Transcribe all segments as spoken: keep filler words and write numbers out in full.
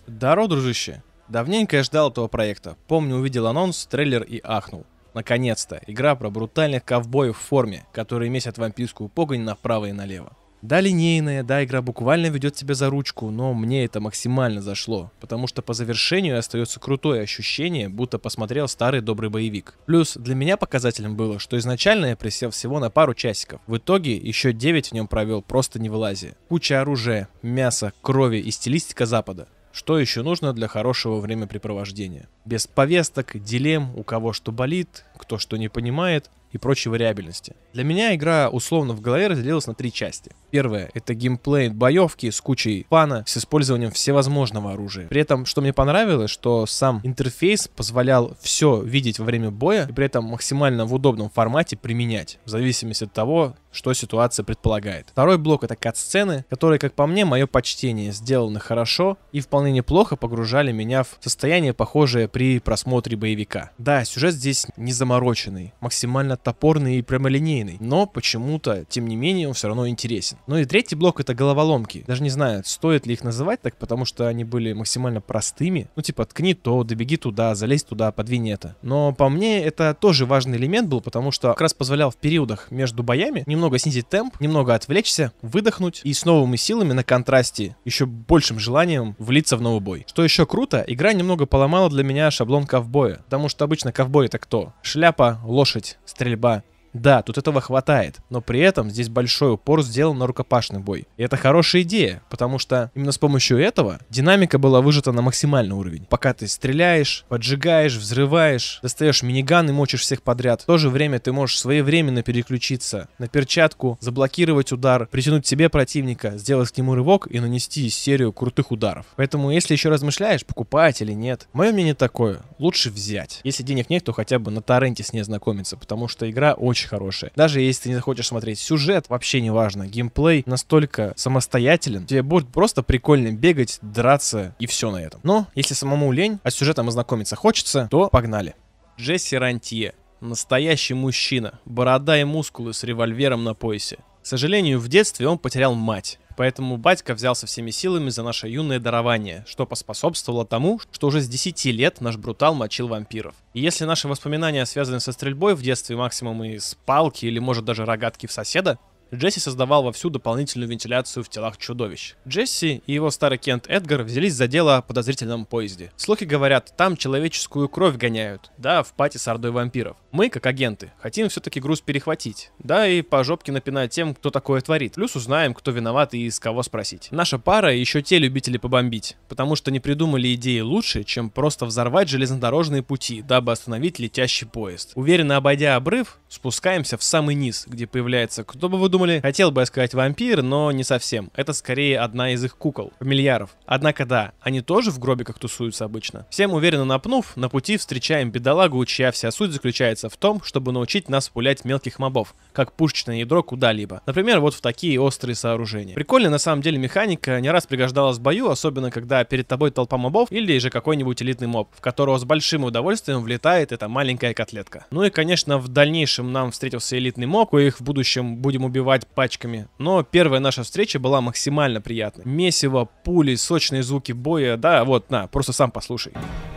Здорово, дружище. Давненько я ждал этого проекта. Помню, увидел анонс, трейлер и ахнул. Наконец-то, игра про брутальных ковбоев в форме, которые месят вампирскую погонь направо и налево. Да, линейная, да, игра буквально ведет тебя за ручку, но мне это максимально зашло, потому что по завершению остается крутое ощущение, будто посмотрел старый добрый боевик. Плюс для меня показателем было, что изначально я присел всего на пару часиков. В итоге еще девять в нем провел, просто не вылазя. Куча оружия, мяса, крови и стилистика Запада. Что еще нужно для хорошего времяпрепровождения? Без повесток, дилемм, у кого что болит, кто что не понимает и прочей вариабельности. Для меня игра условно в голове разделилась на три части. Первая — это геймплей боевки с кучей фана, с использованием всевозможного оружия. При этом, что мне понравилось, что сам интерфейс позволял все видеть во время боя и при этом максимально в удобном формате применять, в зависимости от того, что ситуация предполагает. Второй блок — это кат-сцены, которые, как по мне, мое почтение, сделаны хорошо и вполне неплохо погружали меня в состояние, похожее при просмотре боевика. Да, сюжет здесь не замороченный, максимально топорный и прямолинейный, но почему-то, тем не менее, он все равно интересен. Ну и третий блок — это головоломки. Даже не знаю, стоит ли их называть так, потому что они были максимально простыми. Ну типа ткни то, добеги туда, залезь туда, подвинь это. Но по мне это тоже важный элемент был, потому что как раз позволял в периодах между боями немного снизить темп, немного отвлечься, выдохнуть и с новыми силами на контрасте, еще большим желанием влиться в новый бой. Что еще круто, игра немного поломала для меня шаблон ковбоя, потому что обычно ковбой — это кто? Шляпа, лошадь, стрельба. Да, тут этого хватает, но при этом здесь большой упор сделан на рукопашный бой. И это хорошая идея, потому что именно с помощью этого динамика была выжата на максимальный уровень. Пока ты стреляешь, поджигаешь, взрываешь, достаешь миниган и мочишь всех подряд, в то же время ты можешь своевременно переключиться на перчатку, заблокировать удар, притянуть к себе противника, сделать к нему рывок и нанести серию крутых ударов. Поэтому, если еще размышляешь, покупать или нет, мое мнение такое: лучше взять. Если денег нет, то хотя бы на торренте с ней ознакомиться, потому что игра очень хорошая. Даже если ты не захочешь смотреть сюжет, вообще не важно. Геймплей настолько самостоятелен, тебе будет просто прикольно бегать, драться и все на этом. Но если самому лень, а с сюжетом ознакомиться хочется, то погнали. Джесси Рантье. Настоящий мужчина. Борода и мускулы с револьвером на поясе. К сожалению, в детстве он потерял мать. Поэтому батька взялся всеми силами за наше юное дарование, что поспособствовало тому, что уже с десяти лет наш брутал мочил вампиров. И если наши воспоминания связаны со стрельбой в детстве максимум из палки или может даже рогатки в соседа, Джесси создавал вовсю дополнительную вентиляцию в телах чудовищ. Джесси и его старый Кент Эдгар взялись за дело о подозрительном поезде. Слухи говорят, там человеческую кровь гоняют, да, в пати с ордой вампиров. Мы, как агенты, хотим все-таки груз перехватить, да, и по жопке напинать тем, кто такое творит. Плюс узнаем, кто виноват и с кого спросить. Наша пара еще те любители побомбить, потому что не придумали идеи лучше, чем просто взорвать железнодорожные пути, дабы остановить летящий поезд. Уверенно обойдя обрыв, спускаемся в самый низ, где появляется, кто бы вы думали, хотел бы я сказать вампир, но не совсем. Это скорее одна из их кукол, фамильяров. Однако да, они тоже в гробиках тусуются обычно. Всем уверенно напнув, на пути встречаем бедолагу, чья вся суть заключается в том, чтобы научить нас пулять мелких мобов, как пушечное ядро куда-либо. Например, вот в такие острые сооружения. Прикольно на самом деле механика, не раз пригождалась в бою, особенно когда перед тобой толпа мобов или же какой-нибудь элитный моб, в которого с большим удовольствием влетает эта маленькая котлетка. Ну и конечно в дальнейшем нам встретился элитный моб, коих в будущем будем убивать пачками. Но первая наша встреча была максимально приятной. Месиво, пули, сочные звуки боя. Да, вот, на, просто сам послушай.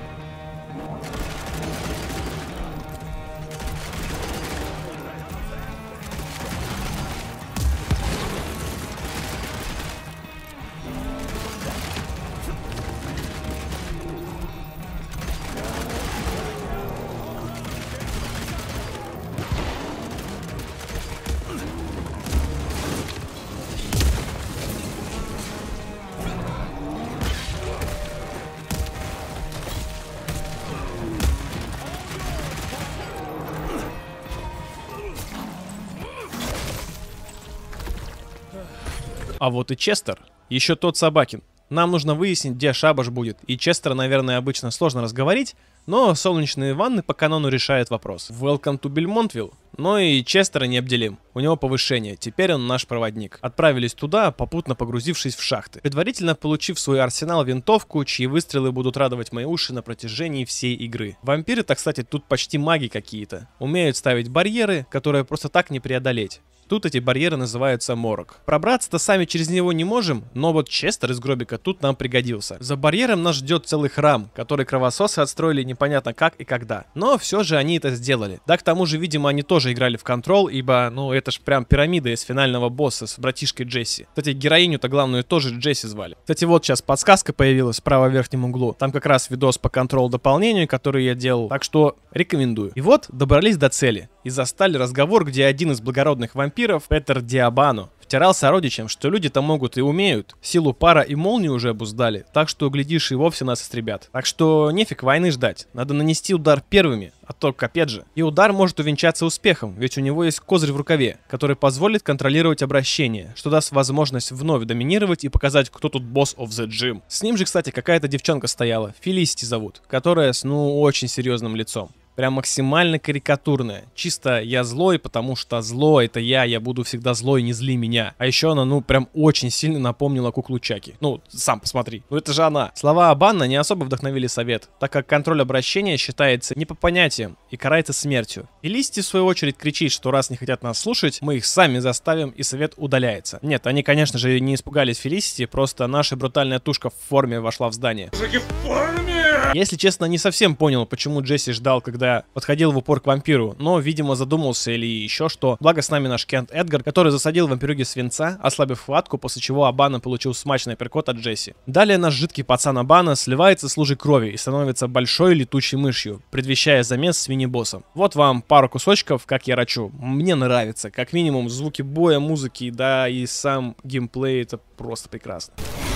А вот и Честер. Еще тот Собакин. Нам нужно выяснить, где шабаш будет. И Честера, наверное, обычно сложно разговорить, но солнечные ванны по канону решают вопрос. Welcome to Бельмонтвилл. Но и Честера не обделим. У него повышение, теперь он наш проводник. Отправились туда, попутно погрузившись в шахты. Предварительно получив свой арсенал винтовку, чьи выстрелы будут радовать мои уши на протяжении всей игры. Вампиры-то, кстати, тут почти маги какие-то. Умеют ставить барьеры, которые просто так не преодолеть. Тут эти барьеры называются морок. Пробраться-то сами через него не можем, но вот Честер из гробика тут нам пригодился. За барьером нас ждет целый храм, который кровососы отстроили непонятно как и когда. Но все же они это сделали. Да, к тому же, видимо, они тоже играли в Control, ибо, ну, это ж прям пирамида из финального босса с братишкой Джесси. Кстати, героиню-то главную тоже Джесси звали. Кстати, вот сейчас подсказка появилась справа в верхнем углу. Там как раз видос по Control дополнению, который я делал, так что рекомендую. И вот, добрались до цели и застали разговор, где один из благородных вампиров, Петер Диабано, втирал сородичам, что люди-то могут и умеют. Силу пара и молнии уже обуздали, так что, глядишь, и вовсе нас истребят. Так что нефиг войны ждать, надо нанести удар первыми, а то капец же. И удар может увенчаться успехом, ведь у него есть козырь в рукаве, который позволит контролировать обращение, что даст возможность вновь доминировать и показать, кто тут босс of the gym. С ним же, кстати, какая-то девчонка стояла, Фелисити зовут, которая с, ну, очень серьезным лицом. Прям максимально карикатурная. Чисто я злой, потому что зло это я, я буду всегда злой, не зли меня. А еще она, ну, прям очень сильно напомнила куклу Чаки. Ну, сам посмотри. Ну, это же она. Слова Абана не особо вдохновили совет, так как контроль обращения считается не по понятиям и карается смертью. И Листи, в свою очередь, кричит, что раз не хотят нас слушать, мы их сами заставим, и совет удаляется. Нет, они, конечно же, не испугались Фелисити, просто наша брутальная тушка в форме вошла в здание. Если честно, не совсем понял, почему Джесси ждал, когда подходил в упор к вампиру, но, видимо, задумался или еще что. Благо с нами наш Кент Эдгар, который засадил вампирюги свинца, ослабив хватку, после чего Абана получил смачный апперкот от Джесси. Далее наш жидкий пацан Абана сливается с лужей крови и становится большой летучей мышью, предвещая замес с мини-боссом. Вот вам пару кусочков, как я рачу. Мне нравится, как минимум, звуки боя, музыки, да и сам геймплей, это просто прекрасно.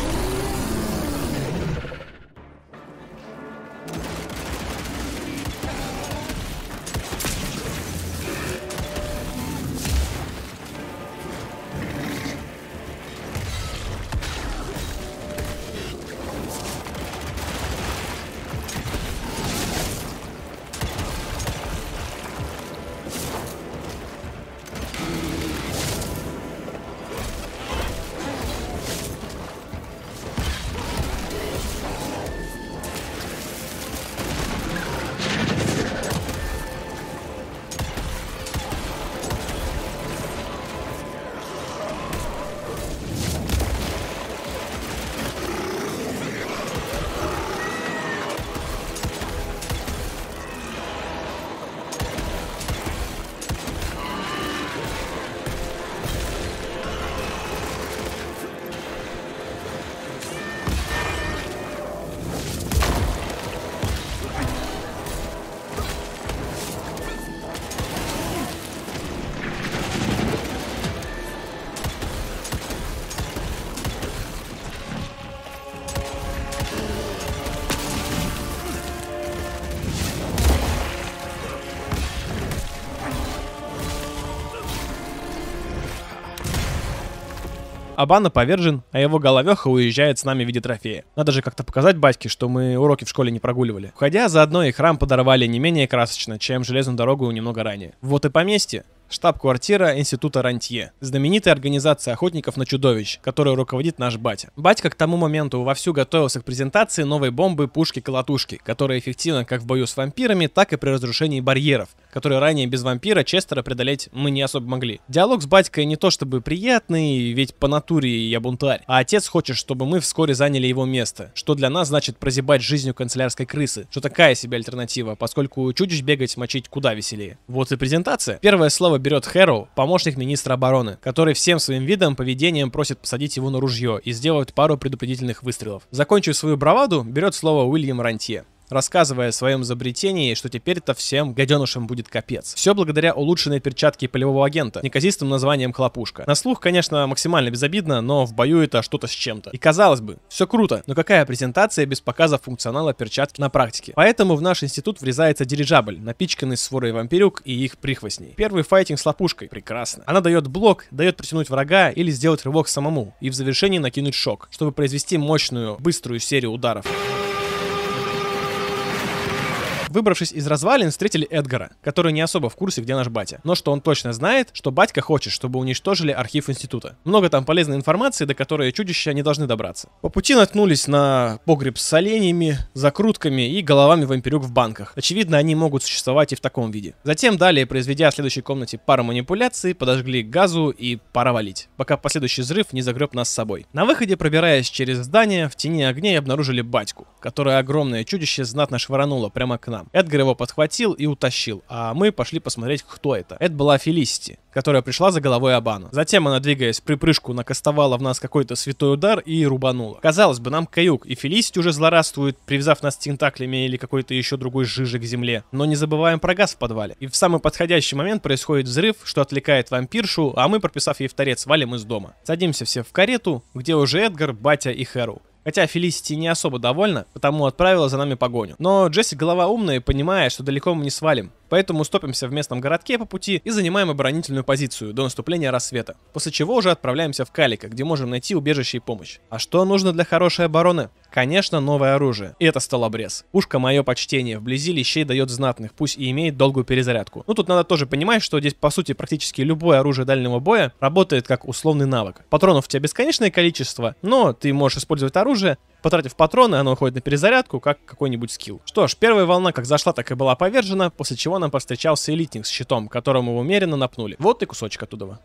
Абана повержен, а его головеха уезжает с нами в виде трофея. Надо же как-то показать батьке, что мы уроки в школе не прогуливали. Входя, заодно и храм подорвали не менее красочно, чем железную дорогу немного ранее. Вот и поместье. Штаб-квартира Института Рантье. Знаменитая организация охотников на чудовищ, которой руководит наш батя. Батька к тому моменту вовсю готовился к презентации новой бомбы пушки-колотушки, которая эффективна как в бою с вампирами, так и при разрушении барьеров, которые ранее без вампира Честера преодолеть мы не особо могли. Диалог с батькой не то чтобы приятный, ведь по натуре я бунтарь, а отец хочет, чтобы мы вскоре заняли его место, что для нас значит прозябать жизнью канцелярской крысы, что такая себе альтернатива, поскольку чудищ бегать мочить куда веселее. Вот и презентация. Первое слово берет Хэроу, помощник министра обороны, который всем своим видом, поведением просит посадить его на ружье и сделать пару предупредительных выстрелов. Закончив свою браваду, берет слово Уильям Рантье, рассказывая о своем изобретении, что теперь-то всем гаденышам будет капец. Все благодаря улучшенной перчатке полевого агента, неказистым названием «Хлопушка». На слух, конечно, максимально безобидно, но в бою это что-то с чем-то. И казалось бы, все круто, но какая презентация без показа функционала перчатки на практике? Поэтому в наш институт врезается дирижабль, напичканный сворой вампирюк и их прихвостней. Первый файтинг с Хлопушкой. Прекрасно. Она дает блок, дает притянуть врага или сделать рывок самому, и в завершении накинуть шок, чтобы произвести мощную, быструю серию ударов. Выбравшись из развалин, встретили Эдгара, который не особо в курсе, где наш батя. Но что он точно знает, что батька хочет, чтобы уничтожили архив института. Много там полезной информации, до которой чудища не должны добраться. По пути наткнулись на погреб с оленями, закрутками и головами вампирюк в банках. Очевидно, они могут существовать и в таком виде. Затем далее, произведя в следующей комнате пару манипуляций, подожгли газу и пора валить, пока последующий взрыв не загреб нас с собой. На выходе, пробираясь через здание, в тени огней обнаружили батьку, которое огромное чудище знатно швырнуло прямо к нам. Эдгар его подхватил и утащил, а мы пошли посмотреть, кто это. Это была Фелисити, которая пришла за головой Абану. Затем она, двигаясь в припрыжку, накастовала в нас какой-то святой удар и рубанула. Казалось бы, нам каюк, и Фелисити уже злорадствует, привязав нас тентаклями или какой-то еще другой жижи к земле. Но не забываем про газ в подвале. И в самый подходящий момент происходит взрыв, что отвлекает вампиршу, а мы, прописав ей в торец, валим из дома. Садимся все в карету, где уже Эдгар, батя и Хэрроу. Хотя Фелисити не особо довольна, потому отправила за нами погоню. Но Джесси голова умная и понимает, что далеко мы не свалим. Поэтому стопимся в местном городке по пути и занимаем оборонительную позицию до наступления рассвета. После чего уже отправляемся в Калико, где можем найти убежище и помощь. А что нужно для хорошей обороны? Конечно, новое оружие. И это столобрез. Пушка, мое почтение, вблизи лещей дает знатных, пусть и имеет долгую перезарядку. Ну тут надо тоже понимать, что здесь по сути практически любое оружие дальнего боя работает как условный навык. Патронов у тебя бесконечное количество, но ты можешь использовать оружие, потратив патроны, оно уходит на перезарядку, как какой-нибудь скилл. Что ж, первая волна как зашла, так и была повержена, после чего нам повстречался элитник с щитом, которому умеренно напнули. Вот и кусочек оттуда.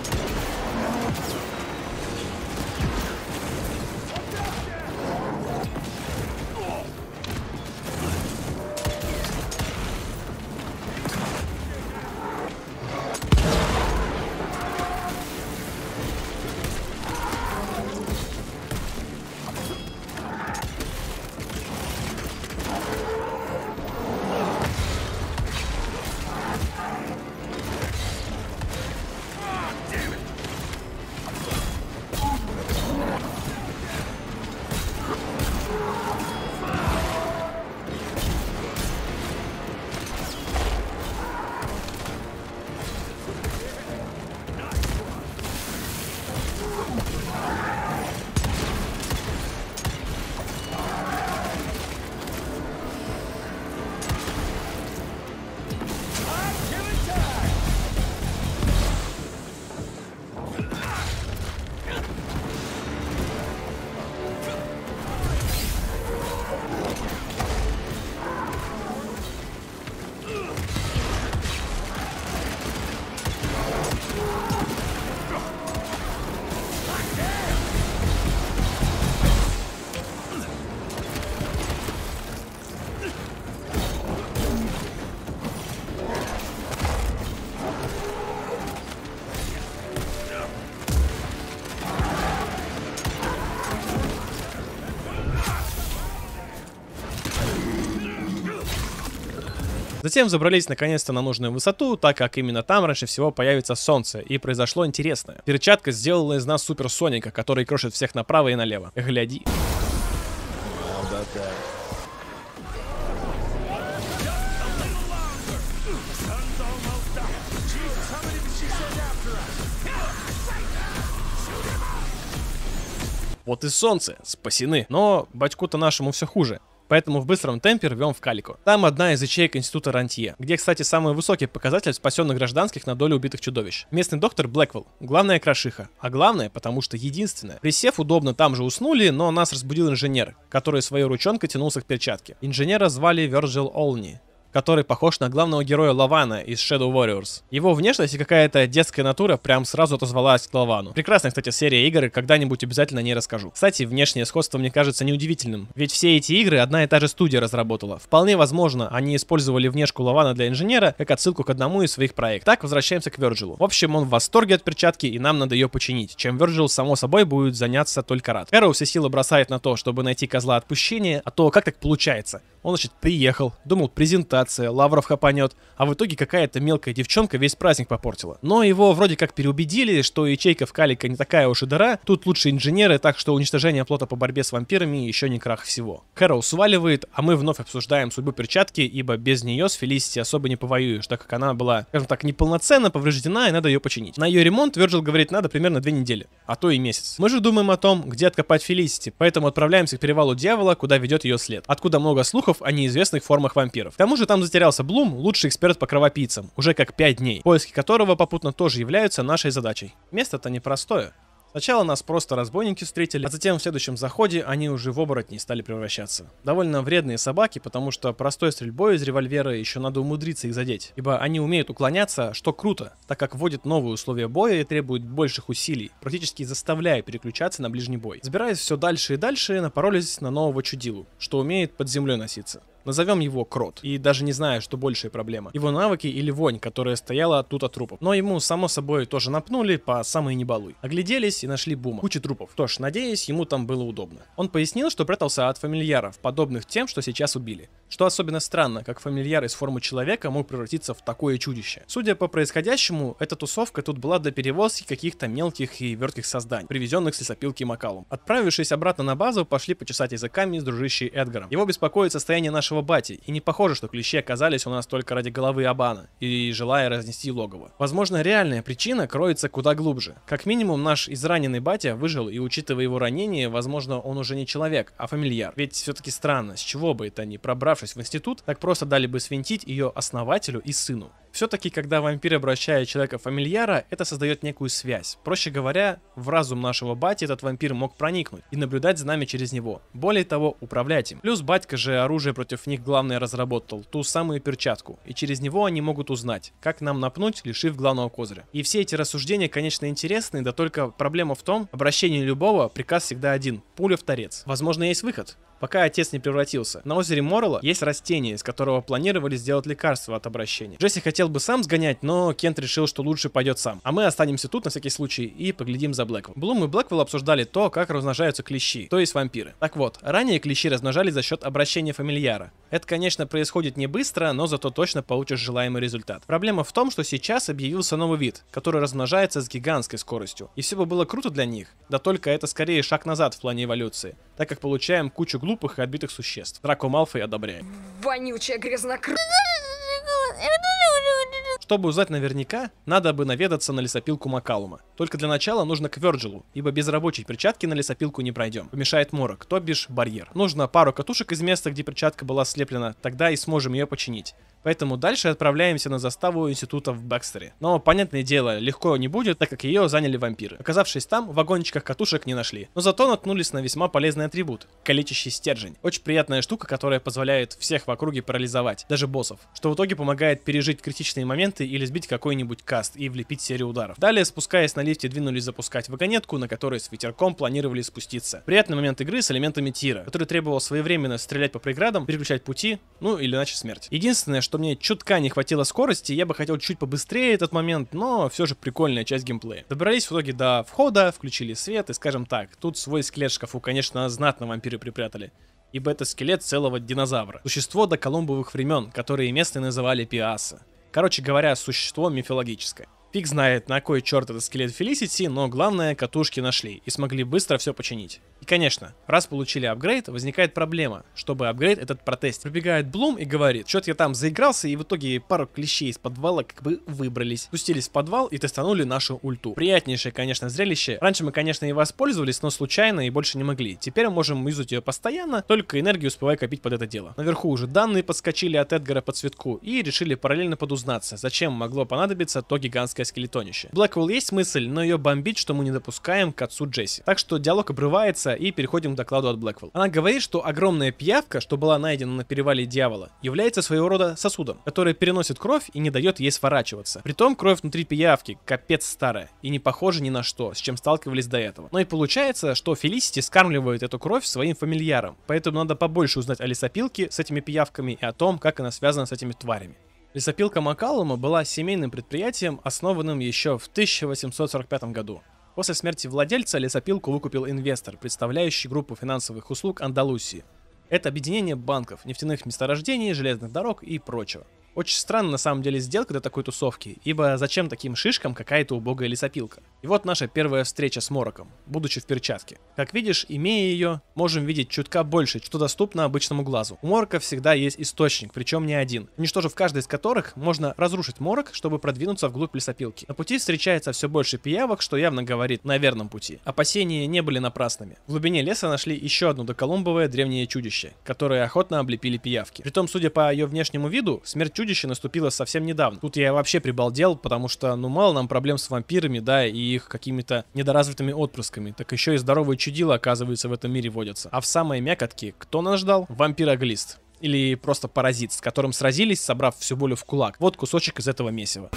Затем забрались наконец-то на нужную высоту, так как именно там раньше всего появится солнце, и произошло интересное. Перчатка сделала из нас суперсоника, который крошит всех направо и налево. Гляди. Вот и солнце, спасены. Но батьку-то нашему все хуже. Поэтому в быстром темпе рвем в Калико. Там одна из ячеек института Рантье, где, кстати, самый высокий показатель спасенных гражданских на долю убитых чудовищ. Местный доктор Блэквелл, главная крошиха. А главное, потому что единственная. Присев удобно, там же уснули, но нас разбудил инженер, который своей ручонкой тянулся к перчатке. Инженера звали Вирджил Олни, который похож на главного героя Лавана из Shadow Warriors. Его внешность и какая-то детская натура прям сразу отозвалась к Лавану. Прекрасная, кстати, серия игр, и когда-нибудь обязательно о ней расскажу. Кстати, внешнее сходство мне кажется неудивительным, ведь все эти игры одна и та же студия разработала. Вполне возможно, они использовали внешку Лавана для инженера как отсылку к одному из своих проектов. Так, возвращаемся к Вирджилу. В общем, он в восторге от перчатки, и нам надо ее починить, чем Вирджил, само собой, будет заняться только рад. Хэрроу все силы бросает на то, чтобы найти козла отпущения, а то как так получается? Он, значит, приехал, думал, презентация, лавров хапанет, а в итоге какая-то мелкая девчонка весь праздник попортила. Но его вроде как переубедили, что ячейка в Калико не такая уж и дыра, тут лучше инженеры, так что уничтожение плота по борьбе с вампирами еще не крах всего. Хэрроу сваливает, а мы вновь обсуждаем судьбу перчатки, ибо без нее с Фелисити особо не повоюешь, так как она была, скажем так, неполноценно повреждена, и надо ее починить. На ее ремонт Вирджил говорит, надо примерно две недели, а то и месяц. Мы же думаем о том, где откопать Фелисити, поэтому отправляемся к перевалу Дьявола, куда ведет ее след. Откуда много слухов слухов о неизвестных формах вампиров. К тому же там затерялся Блум, лучший эксперт по кровопийцам, уже как пять дней, поиски которого попутно тоже являются нашей задачей. Место-то непростое. Сначала нас просто разбойники встретили, а затем в следующем заходе они уже в оборотней стали превращаться. Довольно вредные собаки, потому что простой стрельбой из револьвера еще надо умудриться их задеть. Ибо они умеют уклоняться, что круто, так как вводят новые условия боя и требуют больших усилий, практически заставляя переключаться на ближний бой. Забираясь все дальше и дальше, напоролись на нового чудилу, что умеет под землей носиться. Назовем его Крот, и даже не знаю, что большая проблема. Его навыки или вонь, которая стояла тут от трупов. Но ему, само собой, тоже напнули по самой не балуй. Огляделись и нашли Бума. Куча трупов. Что ж, надеюсь, ему там было удобно. Он пояснил, что прятался от фамильяров, подобных тем, что сейчас убили. Что особенно странно, как фамильяр из формы человека мог превратиться в такое чудище. Судя по происходящему, эта тусовка тут была для перевозки каких-то мелких и вертких созданий, привезенных с лесопилки Макалум. Отправившись обратно на базу, пошли почесать языками с дружищей Эдгаром. Его беспокоит состояние нашего бати, и не похоже, что клещи оказались у нас только ради головы Абана и желая разнести логово. Возможно, реальная причина кроется куда глубже. Как минимум, наш израненный батя выжил, и учитывая его ранение, возможно, он уже не человек, а фамильяр. Ведь все-таки странно, с чего бы это ни пробравшись в институт, так просто дали бы свинтить ее основателю и сыну. Все-таки, когда вампир обращает человека в фамильяра, это создает некую связь. Проще говоря, в разум нашего бати этот вампир мог проникнуть и наблюдать за нами через него. Более того, управлять им. Плюс батька же оружие против них главное разработал, ту самую перчатку. И через него они могут узнать, как нам напнуть, лишив главного козыря. И все эти рассуждения, конечно, интересны, да только проблема в том, обращение любого, приказ всегда один. Пуля в торец. Возможно, есть выход. Пока отец не превратился. На озере Моррелла есть растение, из которого планировали сделать лекарство от обращения. Джесси хотел бы сам сгонять, но Кент решил, что лучше пойдет сам. А мы останемся тут на всякий случай и поглядим за Блэквелл. Блум и Блэквелл обсуждали то, как размножаются клещи, то есть вампиры. Так вот, ранее клещи размножались за счет обращения фамильяра. Это, конечно, происходит не быстро, но зато точно получишь желаемый результат. Проблема в том, что сейчас объявился новый вид, который размножается с гигантской скоростью. И все бы было круто для них, да только это скорее шаг назад в плане эволюции, так как получаем кучу глупых и отбитых существ. Драко Малфой одобряет. Вонючая грязнокры... Чтобы узнать наверняка, надо бы наведаться на лесопилку Макалума. Только для начала нужно к Вёрджилу, ибо без рабочей перчатки на лесопилку не пройдем. Помешает морок, то бишь барьер. Нужно пару катушек из места, где перчатка была слеплена, тогда и сможем ее починить. Поэтому дальше отправляемся на заставу института в Бэкстере. Но, понятное дело, легко не будет, так как ее заняли вампиры. Оказавшись там, в вагончиках катушек не нашли. Но зато наткнулись на весьма полезный атрибут — калечащий стержень. Очень приятная штука, которая позволяет всех в округе парализовать, даже боссов. Что в итоге помогает пережить критичные моменты или сбить какой-нибудь каст и влепить серию ударов. Далее, спускаясь на лифте, двинулись запускать вагонетку, на которой с ветерком планировали спуститься. Приятный момент игры с элементами тира, который требовал своевременно стрелять по преградам, переключать пути, ну или иначе смерть. Единственное, что мне чутка не хватило скорости, я бы хотел чуть побыстрее этот момент, но все же прикольная часть геймплея. Добрались в итоге до входа, включили свет и, скажем так, тут свой скелет в шкафу, конечно, знатно вампиры припрятали. Ибо это скелет целого динозавра. Существо до колумбовых времен, которые местные называли Пиаса. Короче говоря, существо мифологическое. Фиг знает, на кой черт это скелет Фелисити, но главное, катушки нашли и смогли быстро все починить. И конечно, раз получили апгрейд, возникает проблема, чтобы апгрейд этот протестить. Прибегает Блум и говорит, что-то я там заигрался, и в итоге пару клещей из подвала как бы выбрались. Спустились в подвал и тестанули нашу ульту. Приятнейшее, конечно, зрелище. Раньше мы, конечно, и воспользовались, но случайно и больше не могли. Теперь мы можем юзать ее постоянно, только энергию успевая копить под это дело. Наверху уже данные подскочили от Эдгара по цветку и решили параллельно подузнаться, зачем могло понадобиться то гигантское скелетонище. Блэквелл есть мысль, но ее бомбит, что мы не допускаем к отцу Джесси. Так что диалог обрывается и переходим к докладу от Блэквелл. Она говорит, что огромная пиявка, что была найдена на перевале Дьявола, является своего рода сосудом, который переносит кровь и не дает ей сворачиваться. Притом кровь внутри пиявки капец старая и не похожа ни на что, с чем сталкивались до этого. Но и получается, что Фелисити скармливает эту кровь своим фамильярам, поэтому надо побольше узнать о лесопилке с этими пиявками и о том, как она связана с этими тварями. Лесопилка Макалума была семейным предприятием, основанным еще в тысяча восемьсот сорок пятом году. После смерти владельца лесопилку выкупил инвестор, представляющий группу финансовых услуг Андалусии. Это объединение банков, нефтяных месторождений, железных дорог и прочего. Очень странно на самом деле сделка для такой тусовки, ибо зачем таким шишкам какая-то убогая лесопилка? И вот наша первая встреча с Мороком, будучи в перчатке. Как видишь, имея ее, можем видеть чутка больше, что доступно обычному глазу. У Морока всегда есть источник, причем не один, уничтожив каждый из которых, можно разрушить Морок, чтобы продвинуться вглубь лесопилки. На пути встречается все больше пиявок, что явно говорит на верном пути. Опасения не были напрасными. В глубине леса нашли еще одно доколумбовое древнее чудище, которое охотно облепили пиявки. Притом, судя по ее внешнему виду, смерть чудища наступила совсем недавно. Тут я вообще прибалдел, потому что, ну, мало нам проблем с вампирами, да, и их какими-то недоразвитыми отпрысками, так еще и здоровые чудила, оказывается, в этом мире водятся. А в самой мякотке кто нас ждал? Вампир-оглист. Или просто паразит, с которым сразились, собрав всю волю в кулак. Вот кусочек из этого месива.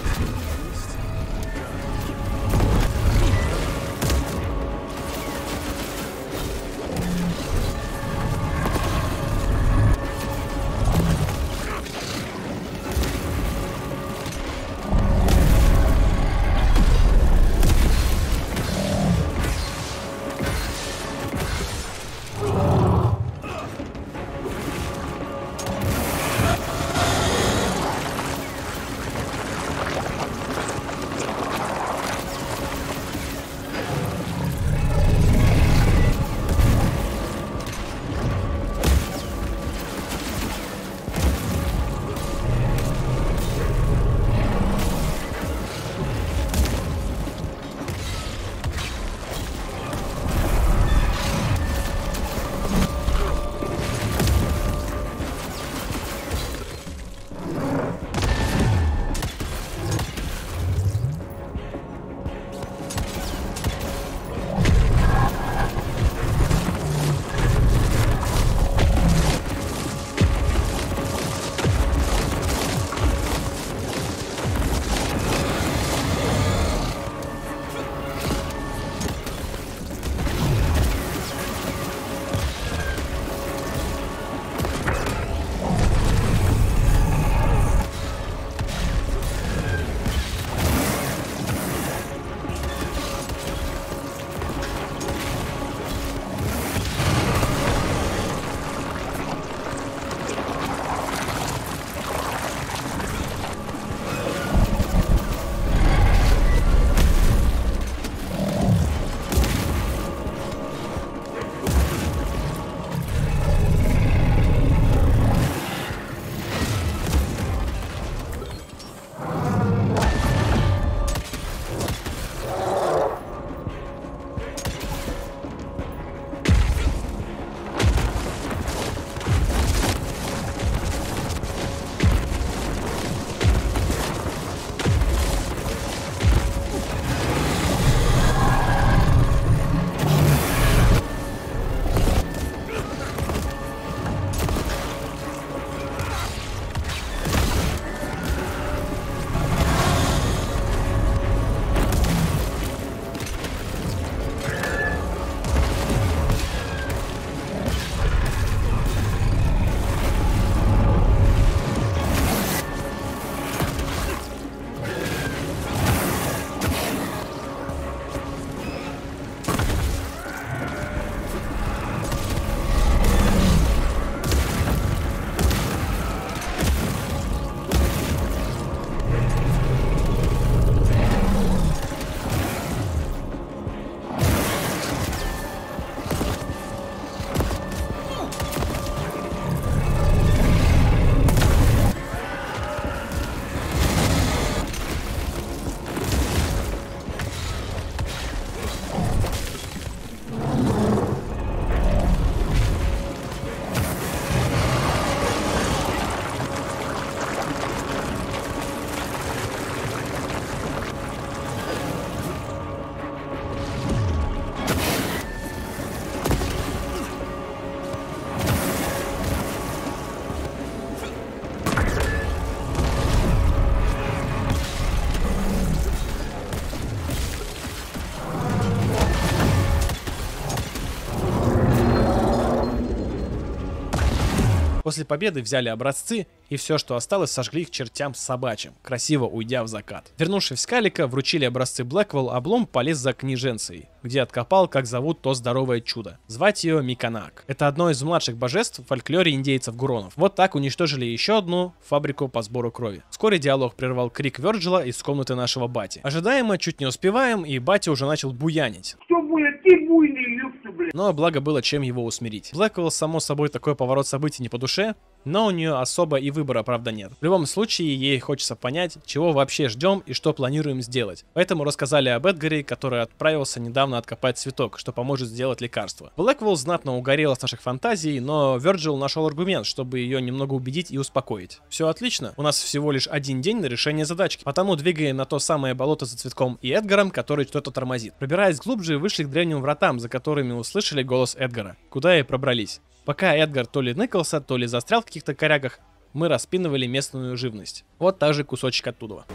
После победы взяли образцы и все, что осталось, сожгли их чертям собачьим, красиво уйдя в закат. Вернувшись в Скалика, вручили образцы Блэквелл, а Блум полез за книженцей, где откопал, как зовут то здоровое чудо. Звать ее Миканак. Это одно из младших божеств в фольклоре индейцев-гуронов. Вот так уничтожили еще одну фабрику по сбору крови. Вскоре диалог прервал крик Вёрджила из комнаты нашего бати. Ожидаемо, чуть не успеваем, и батя уже начал буянить. Что будет? Ты буйный, люксы, блядь. Но благо было чем его усмирить. Блэквелл, само собой, такой поворот событий не по душе, но у нее особо и выбора, правда, нет. В любом случае, ей хочется понять, чего вообще ждем и что планируем сделать. Поэтому рассказали об Эдгаре, который отправился недавно откопать цветок, что поможет сделать лекарство. Блэквелл знатно угорела с наших фантазий, но Вёрджил нашел аргумент, чтобы ее немного убедить и успокоить. Все отлично, у нас всего лишь один день на решение задачки, потому двигаем на то самое болото за цветком и Эдгаром, который что-то тормозит. Пробираясь глубже, вышли к древним вратам, за которыми услышали голос Эдгара, куда и пробрались. Пока Эдгар то ли ныкался, то ли застрял в каких-то корягах, мы распинывали местную живность. Вот так же кусочек оттуда.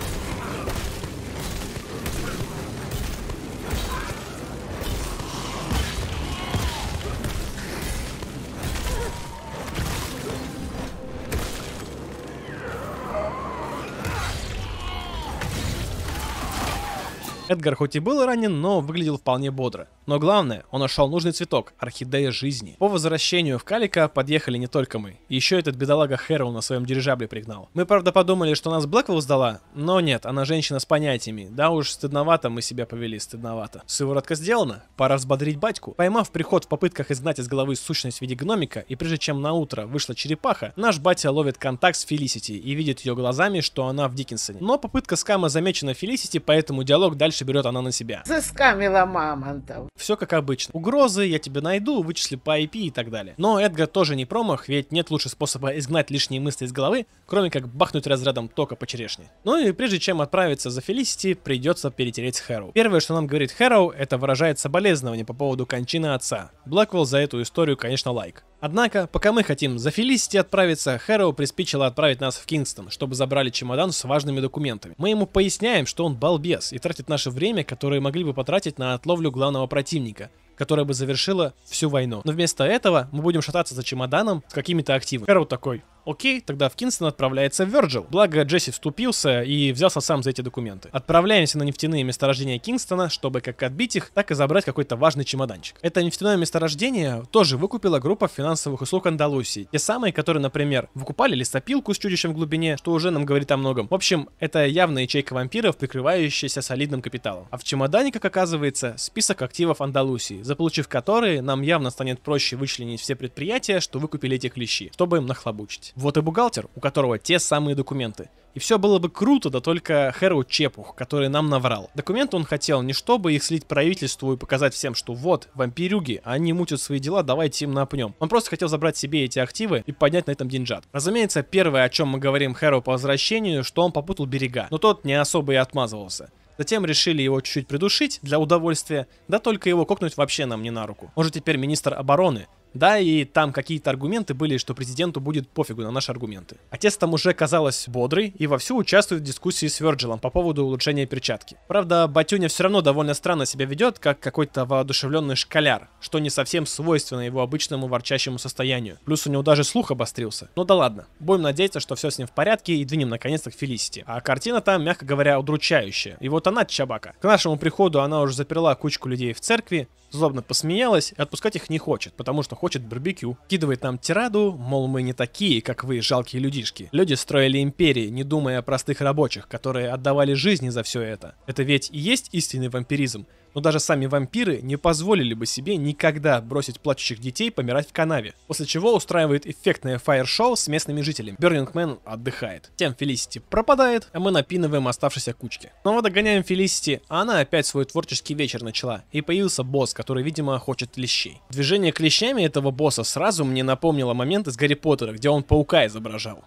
Эдгар хоть и был ранен, но выглядел вполне бодро. Но главное, он нашел нужный цветок – орхидея жизни. По возвращению в Калика подъехали не только мы. Еще этот бедолага Хэроу на своем дирижабле пригнал. Мы, правда, подумали, что нас Блэквелл сдала, но нет, она женщина с понятиями. Да уж, стыдновато мы себя повели, стыдновато. Сыворотка сделана, пора взбодрить батьку. Поймав приход в попытках изгнать из головы сущность в виде гномика, и прежде чем на утро вышла черепаха, наш батя ловит контакт с Фелисити и видит ее глазами, что она в Диккенсоне. Но попытка скама замечена Фелисити, поэтому диалог дальше берет она на себя. Заскамила мамонтов. Все как обычно. Угрозы, я тебя найду, вычисли по ай пи и так далее. Но Эдгар тоже не промах, ведь нет лучше способа изгнать лишние мысли из головы, кроме как бахнуть разрядом тока по черешне. Ну и прежде чем отправиться за Фелисити, придется перетереть с Хэроу. Первое, что нам говорит Хэроу, это выражает соболезнование по поводу кончины отца. Блэквелл за эту историю, конечно, лайк. Однако, пока мы хотим за Фелисити отправиться, Хэроу приспичило отправить нас в Кингстон, чтобы забрали чемодан с важными документами. Мы ему поясняем, что он балбес и тратит наше время, которое могли бы потратить на отловлю главного противника, которая бы завершила всю войну. Но вместо этого мы будем шататься за чемоданом с какими-то активами. Хэроу такой: окей, тогда в Кингстон отправляется Вёрджил. Благо Джесси вступился и взялся сам за эти документы. Отправляемся на нефтяные месторождения Кингстона, чтобы как отбить их, так и забрать какой-то важный чемоданчик. Это нефтяное месторождение тоже выкупила группа финансовых услуг Андалусии. Те самые, которые, например, выкупали лесопилку с чудищем в глубине, что уже нам говорит о многом. В общем, это явная ячейка вампиров, прикрывающаяся солидным капиталом. А в чемодане, как оказывается, список активов Андалусии, заполучив которые, нам явно станет проще вычленить все предприятия, что выкупили эти клещи, чтобы им нахлобучить. Вот и бухгалтер, у которого те самые документы. И все было бы круто, да только Хэроу чепух, который нам наврал. Документы он хотел не чтобы их слить правительству и показать всем, что вот, вампирюги, они мутят свои дела, давайте им напнем. Он просто хотел забрать себе эти активы и поднять на этом деньжат. Разумеется, первое, о чем мы говорим Хэроу по возвращению, что он попутал берега, но тот не особо и отмазывался. Затем решили его чуть-чуть придушить для удовольствия, да только его кокнуть вообще нам не на руку. Он же теперь министр обороны. Да, и там какие-то аргументы были, что президенту будет пофигу на наши аргументы. Отец там уже, казалось, бодрый и вовсю участвует в дискуссии с Вёрджилом по поводу улучшения перчатки. Правда, Батюня все равно довольно странно себя ведет, как какой-то воодушевленный школяр, что не совсем свойственно его обычному ворчащему состоянию. Плюс у него даже слух обострился. Ну да ладно, будем надеяться, что все с ним в порядке и двинем наконец-то к Фелисити. А картина там, мягко говоря, удручающая. И вот она, чабака. К нашему приходу она уже заперла кучку людей в церкви, злобно посмеялась и отпускать их не хочет, потому что хочет барбекю. Кидывает нам тираду, мол, мы не такие, как вы, жалкие людишки. Люди строили империи, не думая о простых рабочих, которые отдавали жизни за все это. Это ведь и есть истинный вампиризм. Но даже сами вампиры не позволили бы себе никогда бросить плачущих детей помирать в канаве. После чего устраивает эффектное фаер-шоу с местными жителями. Burning Man отдыхает. Тем Фелисити пропадает, а мы напинываем оставшейся кучки. Снова догоняем Фелисити, а она опять свой творческий вечер начала. И появился босс, который, видимо, хочет клещей. Движение клещами этого босса сразу мне напомнило момент из Гарри Поттера, где он паука изображал.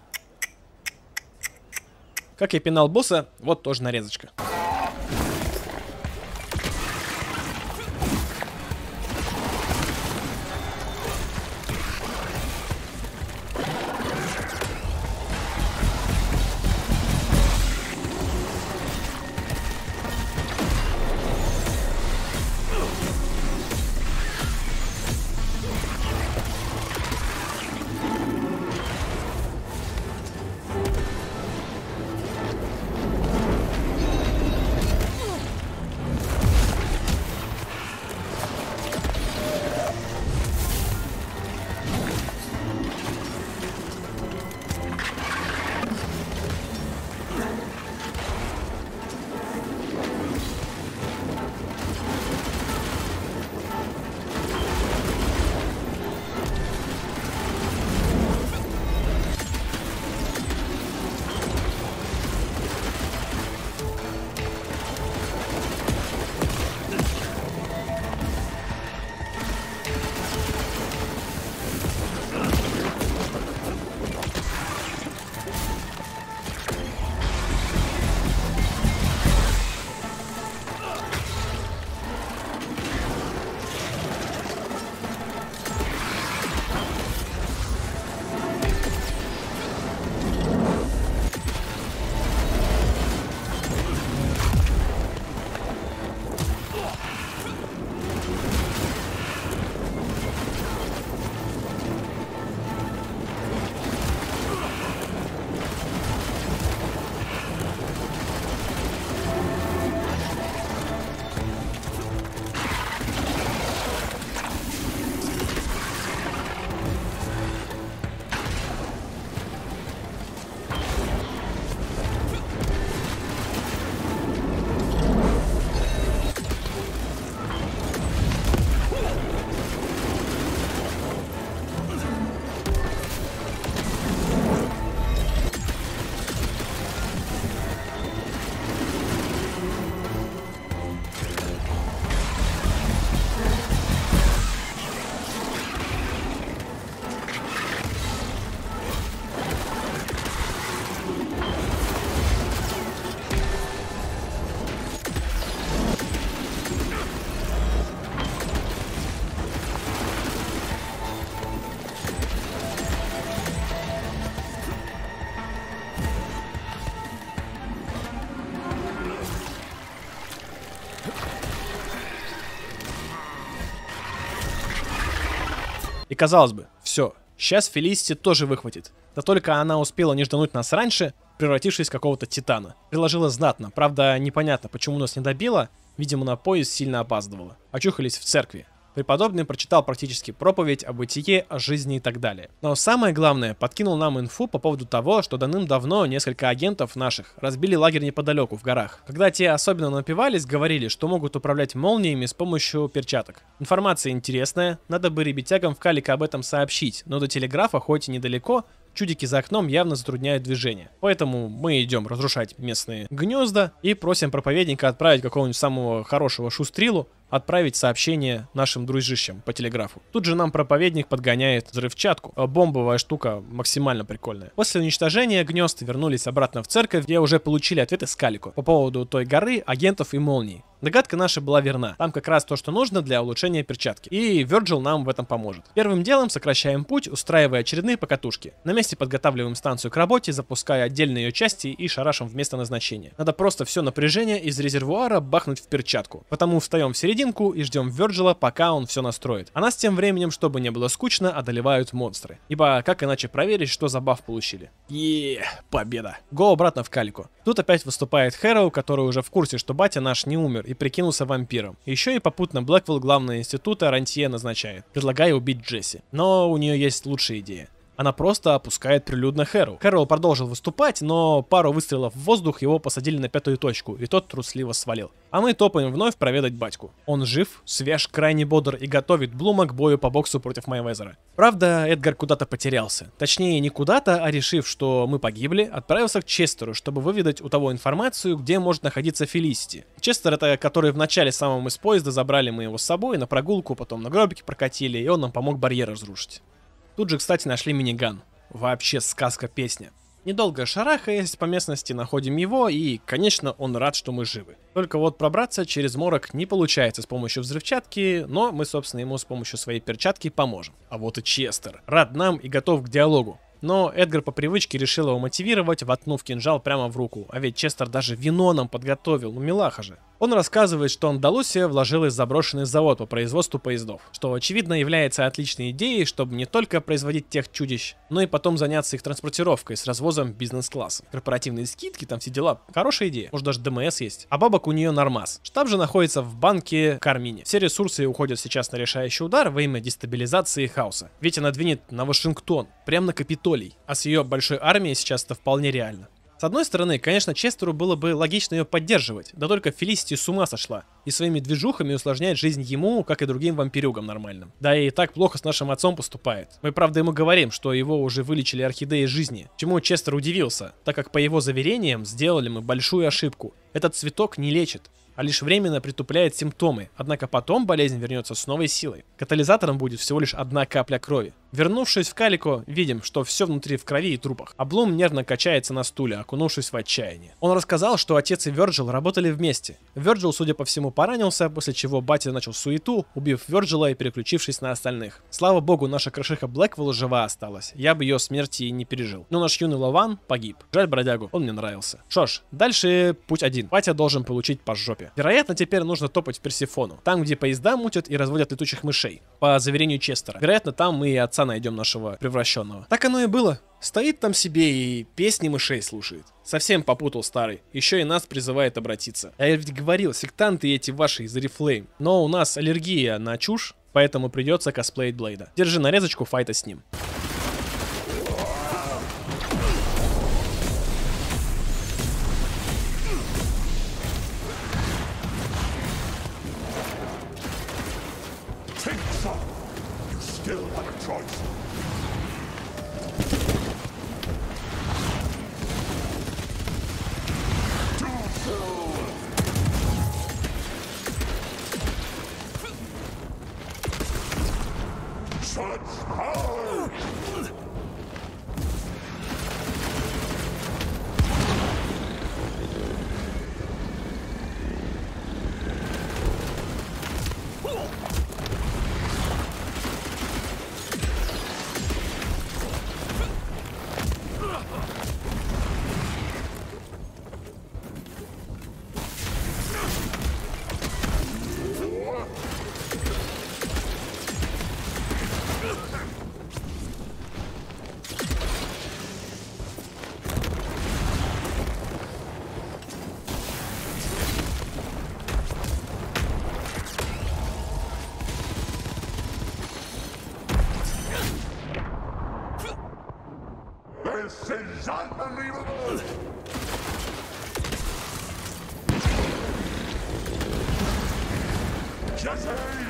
Как я пинал босса, вот тоже нарезочка. Сука! И казалось бы, все, сейчас Фелисити тоже выхватит. Да только она успела не ждануть нас раньше, превратившись в какого-то титана. Приложила знатно, правда непонятно, почему нас не добила, видимо на поезд сильно опаздывала. Очухались в церкви. Преподобный прочитал практически проповедь о бытие, о жизни и так далее. Но самое главное, подкинул нам инфу по поводу того, что давным-давно несколько агентов наших разбили лагерь неподалеку, в горах. Когда те особенно напивались, говорили, что могут управлять молниями с помощью перчаток. Информация интересная, надо бы ребятягам в Калико об этом сообщить, но до телеграфа, хоть и недалеко, чудики за окном явно затрудняют движение. Поэтому мы идем разрушать местные гнезда и просим проповедника отправить какого-нибудь самого хорошего шустрилу, отправить сообщение нашим дружищам по телеграфу. Тут же нам проповедник подгоняет взрывчатку. Бомбовая штука максимально прикольная. После уничтожения гнезд вернулись обратно в церковь, где уже получили ответы с Калико по поводу той горы, агентов и молний. Догадка наша была верна. Там как раз то, что нужно для улучшения перчатки. И Вёрджил нам в этом поможет. Первым делом сокращаем путь, устраивая очередные покатушки. На месте подготавливаем станцию к работе, запуская отдельные ее части и шарашим в место назначения. Надо просто все напряжение из резервуара бахнуть в перчатку. Потому встаем в серединку и ждем Вёрджила, пока он все настроит. А нас тем временем, чтобы не было скучно, одолевают монстры. Ибо как иначе проверить, что за баф получили? Еее, победа. Го обратно в Калико. Тут опять выступает Хэроу, который уже в курсе, что батя наш не умер и прикинулся вампиром. Еще и попутно Блэквелл главного института Рантье назначает, предлагая убить Джесси. Но у нее есть лучшая идея. Она просто опускает прилюдно Хэроу. Хэроу продолжил выступать, но пару выстрелов в воздух его посадили на пятую точку, и тот трусливо свалил. А мы топаем вновь проведать батьку. Он жив, свеж, крайне бодр и готовит Блума к бою по боксу против Майвезера. Правда, Эдгар куда-то потерялся. Точнее, не куда-то, а решив, что мы погибли, отправился к Честеру, чтобы выведать у того информацию, где может находиться Фелисити. Честер — это который в начале самом из поезда забрали мы его с собой на прогулку, потом на гробике прокатили, и он нам помог барьер разрушить. Тут же, кстати, нашли миниган. Вообще сказка-песня. Недолго шарахаясь по местности, находим его, и, конечно, он рад, что мы живы. Только вот пробраться через морок не получается с помощью взрывчатки, но мы, собственно, ему с помощью своей перчатки поможем. А вот и Честер. Рад нам и готов к диалогу. Но Эдгар по привычке решил его мотивировать, воткнув кинжал прямо в руку. А ведь Честер даже вино нам подготовил, ну милаха же. Он рассказывает, что Андалусия вложилась в заброшенный завод по производству поездов, что очевидно является отличной идеей, чтобы не только производить тех чудищ, но и потом заняться их транспортировкой с развозом бизнес-класса. Корпоративные скидки, там все дела. Хорошая идея. Может даже ДМС есть. А бабок у нее нормас. Штаб же находится в банке Кармине. Все ресурсы уходят сейчас на решающий удар во имя дестабилизации хаоса. Ведь она двинет на Вашингтон, прямо на Капитолий. А с ее большой армией сейчас это вполне реально. С одной стороны, конечно, Честеру было бы логично ее поддерживать, да только Фелисити с ума сошла и своими движухами усложняет жизнь ему, как и другим вампирюгам нормальным. Да и так плохо с нашим отцом поступает. Мы, правда, ему говорим, что его уже вылечили орхидеи жизни, чему Честер удивился, так как по его заверениям сделали мы большую ошибку. Этот цветок не лечит, а лишь временно притупляет симптомы, однако потом болезнь вернется с новой силой. Катализатором будет всего лишь одна капля крови. Вернувшись в Калико, видим, что все внутри в крови и трупах, а Блум нервно качается на стуле, окунувшись в отчаяние. Он рассказал, что отец и Вёрджил работали вместе. Вёрджил, судя по всему, поранился, после чего батя начал суету, убив Вёрджила и переключившись на остальных. Слава богу, наша крышиха Блэквелл жива осталась, я бы ее смерти и не пережил. Но наш юный Лаван погиб. Жаль бродягу, он мне нравился. Что ж, дальше путь один. Батя должен получить по жопе. Вероятно, теперь нужно топать в Персифону, там, где поезда мутят и разводят летучих мышей, по заверению Честера. Вероятно, там мы и отца найдем нашего превращенного. Так оно и было. Стоит там себе и песни мышей слушает. Совсем попутал старый. Еще и нас призывает обратиться. Я ведь говорил, сектанты эти ваши из Oriflame. Но у нас аллергия на чушь, поэтому придется косплеить Блейда. Держи нарезочку файта с ним. This is unbelievable! Jesse!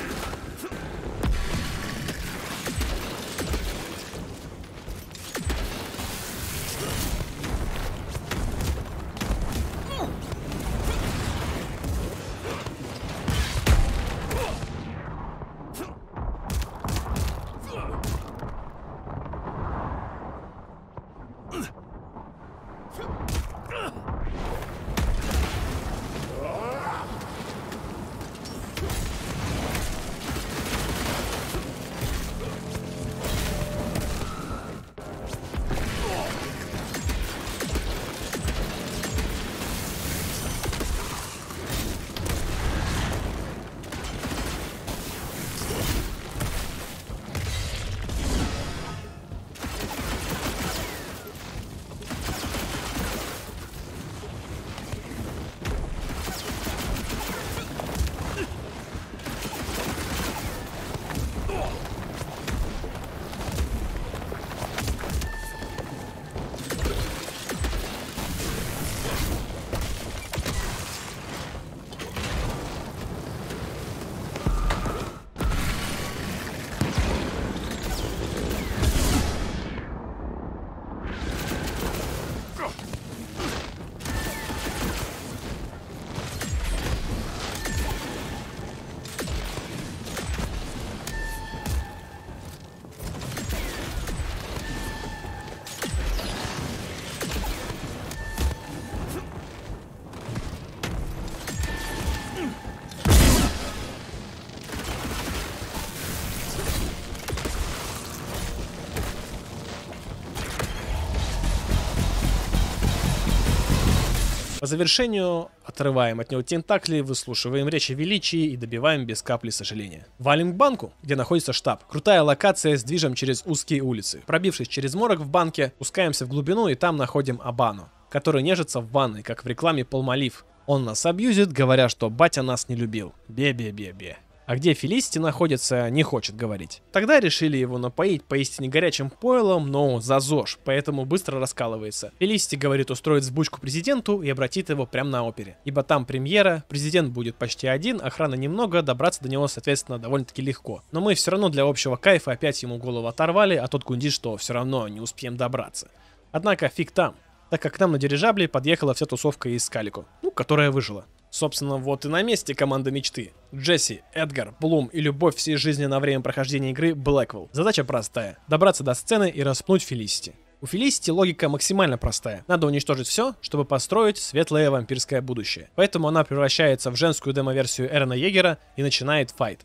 По завершению отрываем от него тентакли, выслушиваем речи величия и добиваем без капли сожаления. Валим к банку, где находится штаб. Крутая локация с движем через узкие улицы. Пробившись через морок в банке, спускаемся в глубину и там находим Абану, который нежится в ванной, как в рекламе Palmolive. Он нас абьюзит, говоря, что батя нас не любил. Бе-бе-бе-бе. А где Фелисити находится, не хочет говорить. Тогда решили его напоить поистине горячим пойлом, но за ЗОЖ, поэтому быстро раскалывается. Фелисити говорит устроить взбучку президенту и обратит его прямо на опере. Ибо там премьера, президент будет почти один, охраны немного, добраться до него, соответственно, довольно-таки легко. Но мы все равно для общего кайфа опять ему голову оторвали, а тот гундит, что все равно не успеем добраться. Однако фиг там, так как к нам на дирижабле подъехала вся тусовка из Калико, ну, которая выжила. Собственно, вот и на месте команда мечты. Джесси, Эдгар, Блум и любовь всей жизни на время прохождения игры Блэквелл. Задача простая. Добраться до сцены и распнуть Фелисити. У Фелисити логика максимально простая. Надо уничтожить все, чтобы построить светлое вампирское будущее. Поэтому она превращается в женскую демо-версию Эрена Йегера и начинает файт.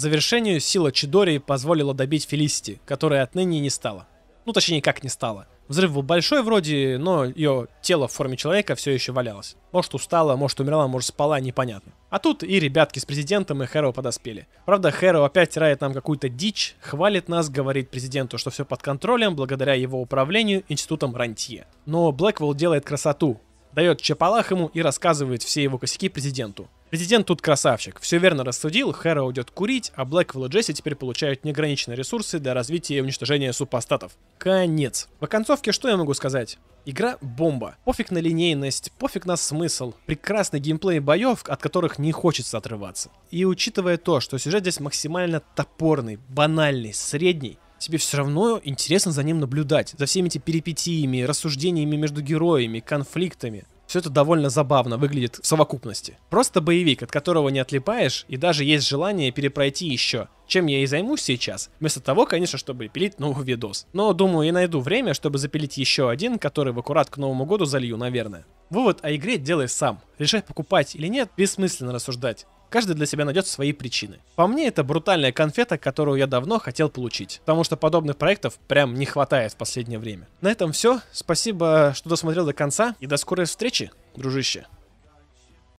завершению сила Чидори позволила добить Фелисити, которая отныне не стала. Ну, точнее, как не стала. Взрыв был большой вроде, но ее тело в форме человека все еще валялось. Может, устала, может, умерла, может, спала, непонятно. А тут и ребятки с президентом, и Хэроу подоспели. Правда, Хэроу опять тирает нам какую-то дичь, хвалит нас, говорит президенту, что все под контролем, благодаря его управлению институтом Рантье. Но Блэквелл делает красоту. Дает чапалах ему и рассказывает все его косяки президенту. Президент тут красавчик, все верно рассудил, Хэроу идет курить, а Блэквелл и Джесси теперь получают неограниченные ресурсы для развития и уничтожения супостатов. Конец. В оконцовке что я могу сказать? Игра бомба. Пофиг на линейность, пофиг на смысл. Прекрасный геймплей боев, от которых не хочется отрываться. И учитывая то, что сюжет здесь максимально топорный, банальный, средний, тебе все равно интересно за ним наблюдать, за всеми этими перипетиями, рассуждениями между героями, конфликтами. Все это довольно забавно выглядит в совокупности. Просто боевик, от которого не отлипаешь, и даже есть желание перепройти еще. Чем я и займусь сейчас. Вместо того, конечно, чтобы пилить новый видос. Но, думаю, я найду время, чтобы запилить еще один, который в аккурат к Новому году залью, наверное. Вывод о игре делай сам. Решай, покупать или нет, бессмысленно рассуждать. Каждый для себя найдет свои причины. По мне, это брутальная конфета, которую я давно хотел получить. Потому что подобных проектов прям не хватает в последнее время. На этом все. Спасибо, что досмотрел до конца. И до скорой встречи, дружище.